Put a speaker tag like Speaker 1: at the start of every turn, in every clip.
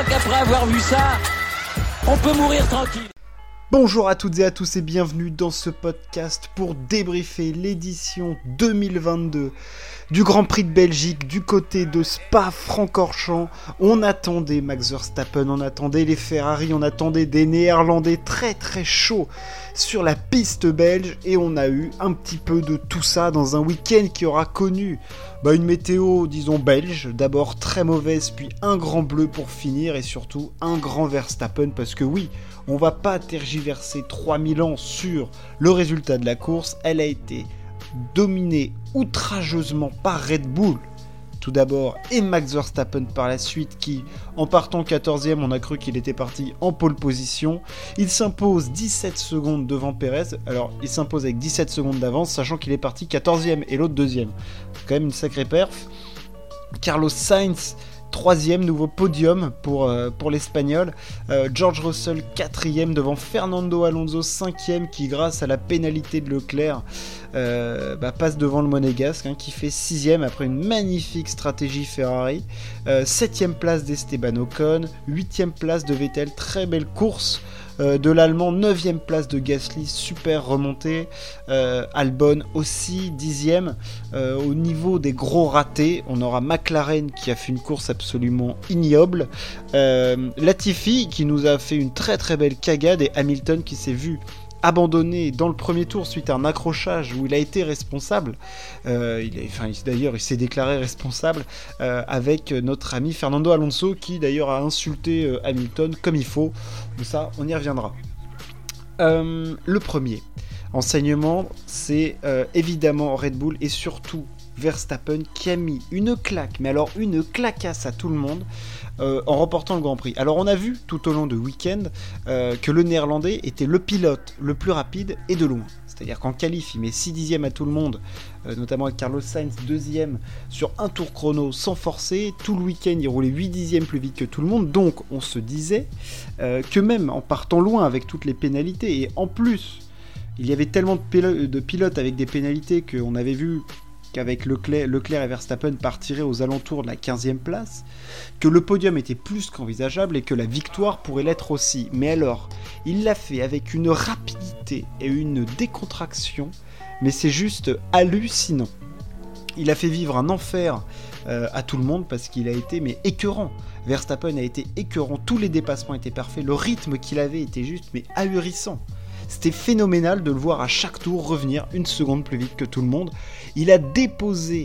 Speaker 1: crois qu'après avoir vu ça, on peut mourir tranquille.
Speaker 2: Bonjour à toutes et à tous et bienvenue dans ce podcast pour débriefer l'édition 2022 du Grand Prix de Belgique du côté de Spa-Francorchamps. On attendait Max Verstappen, on attendait les Ferrari, on attendait des Néerlandais très très chauds sur la piste belge et on a eu un petit peu de tout ça dans un week-end qui aura connu une météo, disons, belge, d'abord très mauvaise, puis un grand bleu pour finir et surtout un grand Verstappen parce que oui, on va pas tergiverser 3000 ans sur le résultat de la course, elle a été dominée outrageusement par Red Bull tout d'abord et Max Verstappen par la suite qui, en partant 14e, on a cru qu'il était parti en pole position. Il s'impose 17 secondes devant Perez, alors il s'impose avec 17 secondes d'avance sachant qu'il est parti 14e et l'autre 2e. C'est quand même une sacrée perf. Carlos Sainz 3e, nouveau podium pour l'Espagnol. George Russell 4e devant Fernando Alonso 5e qui grâce à la pénalité de Leclerc passe devant le Monégasque qui fait 6e après une magnifique stratégie Ferrari. 7e place d'Esteban Ocon, 8e place de Vettel, très belle course de l'Allemand, 9e place de Gasly, super remontée. Albon aussi 10e. Au niveau des gros ratés, on aura McLaren qui a fait une course absolument ignoble, Latifi qui nous a fait une très très belle cagade et Hamilton qui s'est vu abandonné dans le premier tour suite à un accrochage où il a été responsable. D'ailleurs, il s'est déclaré responsable avec notre ami Fernando Alonso qui d'ailleurs a insulté Hamilton comme il faut. Mais ça, on y reviendra. Le premier enseignement, c'est évidemment Red Bull et surtout Verstappen qui a mis une claque, mais alors une claquasse à tout le monde en remportant le Grand Prix. Alors on a vu tout au long du week-end que le Néerlandais était le pilote le plus rapide et de loin. C'est-à-dire qu'en qualif, il met 6 dixièmes à tout le monde, notamment avec Carlos Sainz 2e sur un tour chrono sans forcer. Tout le week-end, il roulait 8 dixièmes plus vite que tout le monde. Donc on se disait que même en partant loin avec toutes les pénalités, et en plus, il y avait tellement de pilotes avec des pénalités qu'on avait vu qu'avec Leclerc et Verstappen partiraient aux alentours de la 15e place, que le podium était plus qu'envisageable et que la victoire pourrait l'être aussi. Mais alors, il l'a fait avec une rapidité et une décontraction, mais c'est juste hallucinant. Il a fait vivre un enfer à tout le monde parce qu'il a été écœurant. Verstappen a été écœurant, tous les dépassements étaient parfaits, le rythme qu'il avait était juste ahurissant. C'était phénoménal de le voir à chaque tour revenir une seconde plus vite que tout le monde. Il a déposé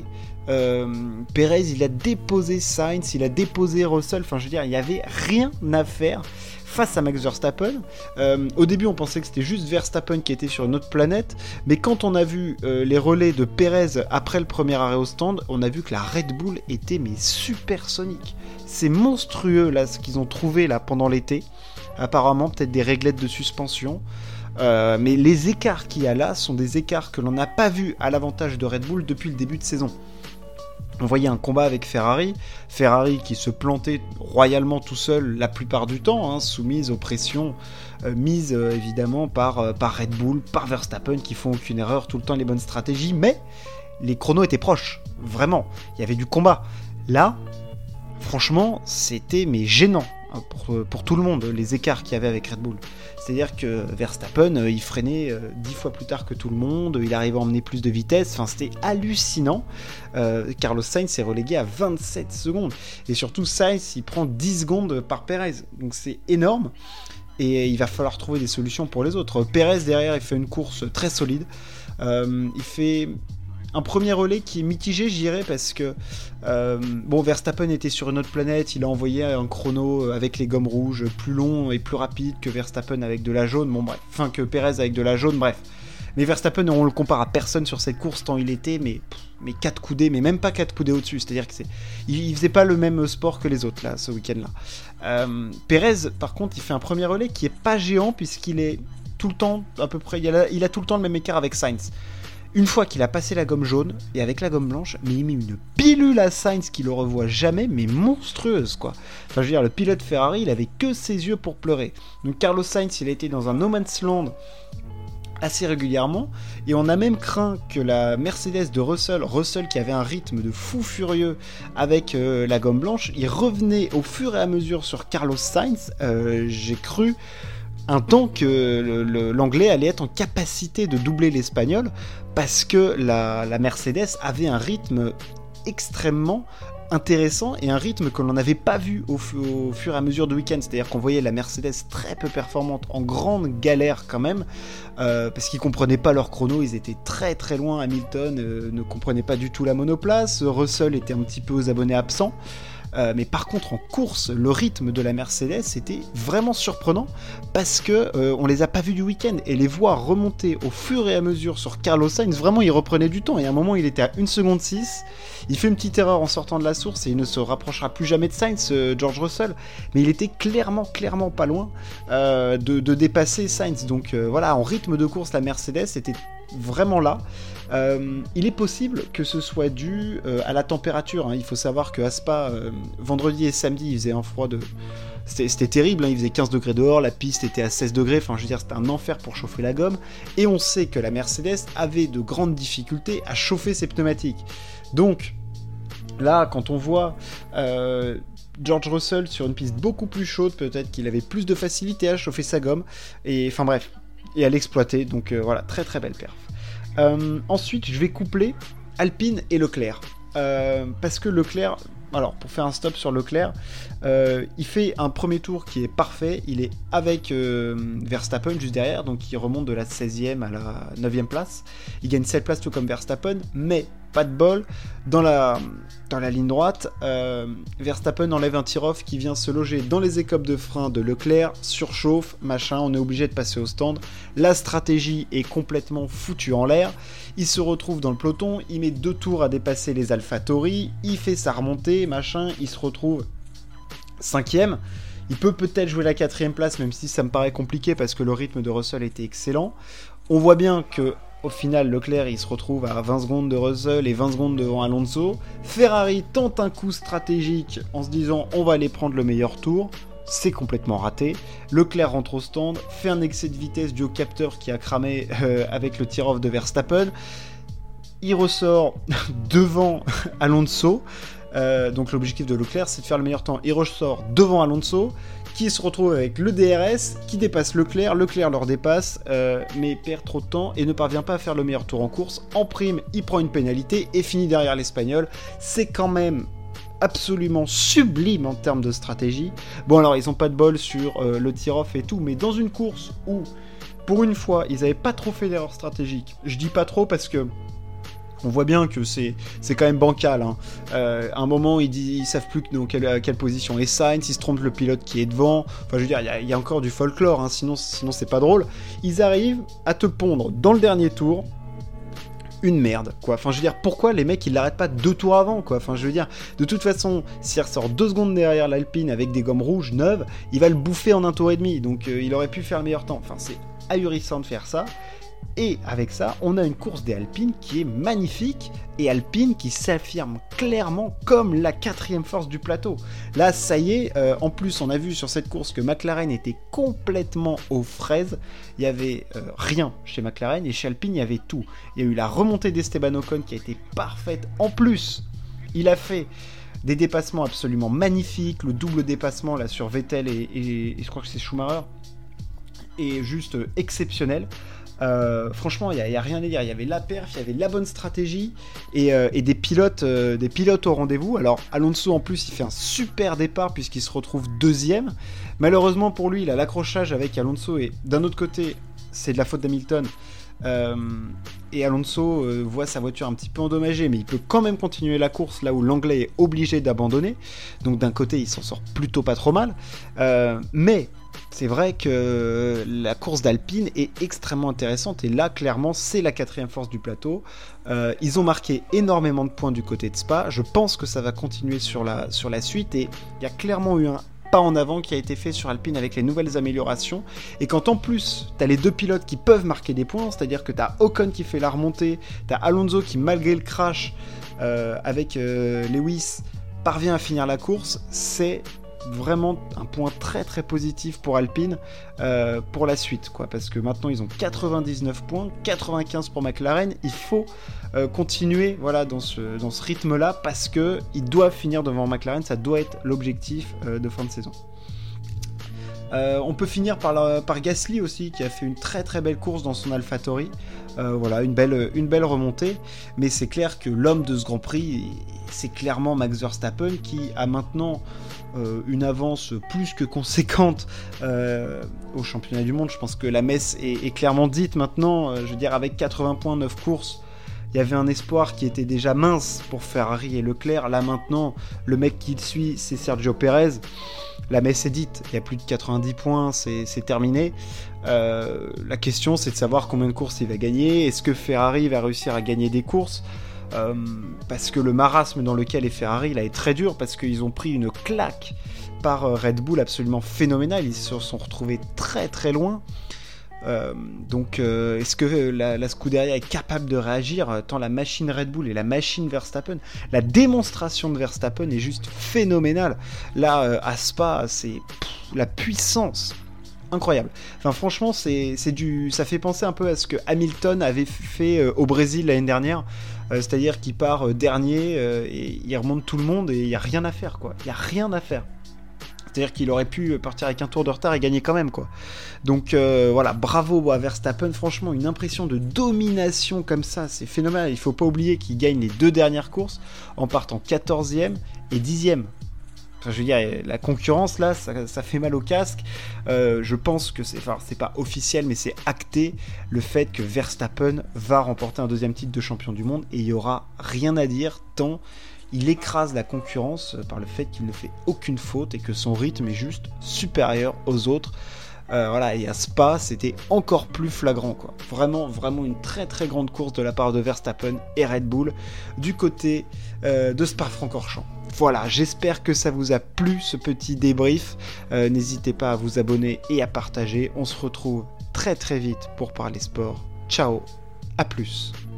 Speaker 2: Perez, il a déposé Sainz, il a déposé Russell. Enfin, je veux dire, il n'y avait rien à faire face à Max Verstappen. Au début, on pensait que c'était juste Verstappen qui était sur une autre planète. Mais quand on a vu les relais de Perez après le premier arrêt au stand, on a vu que la Red Bull était supersonique. C'est monstrueux là, ce qu'ils ont trouvé là pendant l'été. Apparemment, peut-être des réglettes de suspension. Mais les écarts qu'il y a là sont des écarts que l'on n'a pas vus à l'avantage de Red Bull depuis le début de saison. On voyait un combat avec Ferrari qui se plantait royalement tout seul la plupart du temps, soumise aux pressions mises évidemment par Red Bull, par Verstappen qui font aucune erreur, tout le temps les bonnes stratégies, mais les chronos étaient proches, vraiment, il y avait du combat. Là, franchement, c'était gênant. Pour tout le monde, les écarts qu'il y avait avec Red Bull. C'est-à-dire que Verstappen, il freinait 10 fois plus tard que tout le monde, il arrivait à emmener plus de vitesse, enfin c'était hallucinant. Carlos Sainz s'est relégué à 27 secondes. Et surtout, Sainz, il prend 10 secondes par Perez. Donc c'est énorme. Et il va falloir trouver des solutions pour les autres. Perez, derrière, il fait une course très solide. Il fait un premier relais qui est mitigé, je dirais, parce que Verstappen était sur une autre planète, il a envoyé un chrono avec les gommes rouges plus long et plus rapide que Verstappen avec de la jaune, que Perez avec de la jaune, bref. Mais Verstappen, on le compare à personne sur cette course tant il était, mais 4 coudées, mais même pas 4 coudées au-dessus, c'est-à-dire qu'il faisait pas le même sport que les autres là, ce week-end-là. Perez, par contre, il fait un premier relais qui est pas géant puisqu'il est tout le temps à peu près, il a tout le temps le même écart avec Sainz. Une fois qu'il a passé la gomme jaune et avec la gomme blanche, mais il met une pilule à Sainz qui le revoit jamais, mais monstrueuse quoi. Enfin, je veux dire, le pilote Ferrari, il avait que ses yeux pour pleurer. Donc Carlos Sainz, il a été dans un no man's land assez régulièrement, et on a même craint que la Mercedes de Russell qui avait un rythme de fou furieux avec la gomme blanche, il revenait au fur et à mesure sur Carlos Sainz. J'ai cru un temps que l'anglais allait être en capacité de doubler l'espagnol, parce que la Mercedes avait un rythme extrêmement intéressant et un rythme que l'on n'avait pas vu au fur et à mesure du week-end. C'est-à-dire qu'on voyait la Mercedes très peu performante, en grande galère quand même, parce qu'ils comprenaient pas leur chrono, ils étaient très très loin. Hamilton ne comprenait pas du tout la monoplace, Russell était un petit peu aux abonnés absents. Mais par contre en course, le rythme de la Mercedes était vraiment surprenant, parce que on les a pas vus du week-end, et les voir remonter au fur et à mesure sur Carlos Sainz, vraiment il reprenait du temps, et à un moment il était à 1 seconde 6, il fait une petite erreur en sortant de la source et il ne se rapprochera plus jamais de Sainz, George Russell, mais il était clairement pas loin de dépasser Sainz. Donc voilà, en rythme de course la Mercedes était vraiment là. Il est possible que ce soit dû à la température, hein. Il faut savoir que à Spa, vendredi et samedi, il faisait un froid de... C'était terrible, hein. Il faisait 15 degrés dehors, la piste était à 16 degrés, enfin je veux dire c'était un enfer pour chauffer la gomme, et on sait que la Mercedes avait de grandes difficultés à chauffer ses pneumatiques. Donc là, quand on voit George Russell sur une piste beaucoup plus chaude, peut-être qu'il avait plus de facilité à chauffer sa gomme, et enfin bref, et à l'exploiter, donc voilà, très très belle perf. Ensuite, je vais coupler Alpine et Leclerc. Parce que Leclerc, alors pour faire un stop sur Leclerc, il fait un premier tour qui est parfait. Il est avec Verstappen juste derrière, donc il remonte de la 16e à la 9e place. Il gagne 7 places tout comme Verstappen, mais pas de bol. Dans la ligne droite, Verstappen enlève un tir-off qui vient se loger dans les écopes de frein de Leclerc, surchauffe, machin, on est obligé de passer au stand. La stratégie est complètement foutue en l'air. Il se retrouve dans le peloton, il met 2 tours à dépasser les AlphaTauri, il fait sa remontée, machin, il se retrouve 5e. Il peut peut-être jouer la 4e place, même si ça me paraît compliqué parce que le rythme de Russell était excellent. On voit bien que au final, Leclerc il se retrouve à 20 secondes de Russell et 20 secondes devant Alonso. Ferrari tente un coup stratégique en se disant on va aller prendre le meilleur tour. C'est complètement raté. Leclerc rentre au stand, fait un excès de vitesse dû au capteur qui a cramé avec le tir-off de Verstappen. Il ressort devant Alonso. Donc l'objectif de Leclerc c'est de faire le meilleur temps. Il ressort devant Alonso qui se retrouve avec le DRS qui dépasse Leclerc leur dépasse mais perd trop de temps et ne parvient pas à faire le meilleur tour en course. En prime il prend une pénalité et finit derrière l'Espagnol. C'est quand même absolument sublime en termes de stratégie. Bon alors ils ont pas de bol sur le tir-off et tout, mais dans une course où pour une fois ils avaient pas trop fait d'erreurs stratégiques, je dis pas trop parce que on voit bien que c'est quand même bancal, hein. À un moment ils savent plus dans quelle position est Sainz, ils se trompent le pilote qui est devant, enfin je veux dire il y a encore du folklore, hein, sinon c'est pas drôle. Ils arrivent à te pondre dans le dernier tour une merde, quoi. Enfin, je veux dire, pourquoi les mecs, ils l'arrêtent pas 2 tours avant, quoi. Enfin, je veux dire, de toute façon, s'il ressort 2 secondes derrière l'Alpine avec des gommes rouges neuves, il va le bouffer en 1 tour et demi. Donc, il aurait pu faire le meilleur temps. Enfin, c'est ahurissant de faire ça. Et avec ça, on a une course des Alpines qui est magnifique, et Alpine qui s'affirme clairement comme la 4e force du plateau. Là, ça y est, en plus, on a vu sur cette course que McLaren était complètement aux fraises. Il y avait rien chez McLaren, et chez Alpine, il y avait tout. Il y a eu la remontée d'Esteban Ocon qui a été parfaite. En plus, il a fait des dépassements absolument magnifiques, le double dépassement là sur Vettel et je crois que c'est Schumacher, est juste exceptionnel. Franchement, il n'y a rien à dire. Il y avait la perf, il y avait la bonne stratégie et des pilotes au rendez-vous. Alors Alonso en plus il fait un super départ puisqu'il se retrouve 2e. Malheureusement pour lui il a l'accrochage avec Alonso et d'un autre côté c'est de la faute d'Hamilton. Et Alonso voit sa voiture un petit peu endommagée, mais il peut quand même continuer la course là où l'anglais est obligé d'abandonner. Donc d'un côté il s'en sort plutôt pas trop mal, mais c'est vrai que la course d'Alpine est extrêmement intéressante et là clairement c'est la 4e force du plateau. Ils ont marqué énormément de points du côté de Spa. Je pense que ça va continuer sur la suite et il y a clairement eu un pas en avant qui a été fait sur Alpine avec les nouvelles améliorations, et quand en plus t'as les 2 pilotes qui peuvent marquer des points, c'est-à-dire que t'as Ocon qui fait la remontée, t'as Alonso qui malgré le crash avec Lewis parvient à finir la course, c'est vraiment un point très très positif pour Alpine pour la suite, quoi, parce que maintenant ils ont 99 points, 95 pour McLaren. Il faut continuer, voilà, dans ce rythme-là, parce que ils doivent finir devant McLaren. Ça doit être l'objectif de fin de saison. On peut finir par Gasly aussi, qui a fait une très très belle course dans son AlphaTauri. Voilà, une belle remontée, mais c'est clair que l'homme de ce Grand Prix, c'est clairement Max Verstappen, qui a maintenant une avance plus que conséquente au championnat du monde. Je pense que la messe est clairement dite maintenant. Je veux dire, avec 80 points, 9 courses, il y avait un espoir qui était déjà mince pour Ferrari et Leclerc. Là maintenant, le mec qui le suit, c'est Sergio Pérez. La messe est dite, il y a plus de 90 points, c'est terminé. La question, c'est de savoir combien de courses il va gagner. Est-ce que Ferrari va réussir à gagner des courses ? Parce que le marasme dans lequel est Ferrari, là, est très dur, parce qu'ils ont pris une claque par Red Bull absolument phénoménale. Ils se sont retrouvés très très loin. Donc est-ce que la Scuderia est capable de réagir, tant la machine Red Bull et la machine Verstappen, la démonstration de Verstappen est juste phénoménale. Là à Spa, c'est la puissance incroyable. Enfin franchement, ça fait penser un peu à ce que Hamilton avait fait au Brésil l'année dernière, c'est-à-dire qu'il part dernier et il remonte tout le monde et il n'y a rien à faire, quoi. Il n'y a rien à faire. C'est-à-dire qu'il aurait pu partir avec un tour de retard et gagner quand même, quoi. Donc voilà, bravo à Verstappen. Franchement, une impression de domination comme ça, c'est phénoménal. Il ne faut pas oublier qu'il gagne les 2 dernières courses en partant 14e et 10e. Enfin, je veux dire, la concurrence là, ça fait mal au casque. Je pense que c'est pas officiel, mais c'est acté, le fait que Verstappen va remporter un 2e titre de champion du monde, et il n'y aura rien à dire tant il écrase la concurrence par le fait qu'il ne fait aucune faute et que son rythme est juste supérieur aux autres. Voilà, et à Spa, c'était encore plus flagrant, quoi. Vraiment, vraiment une très très grande course de la part de Verstappen et Red Bull du côté de Spa-Francorchamps. Voilà, j'espère que ça vous a plu, ce petit débrief. N'hésitez pas à vous abonner et à partager. On se retrouve très très vite pour parler sport. Ciao, à plus.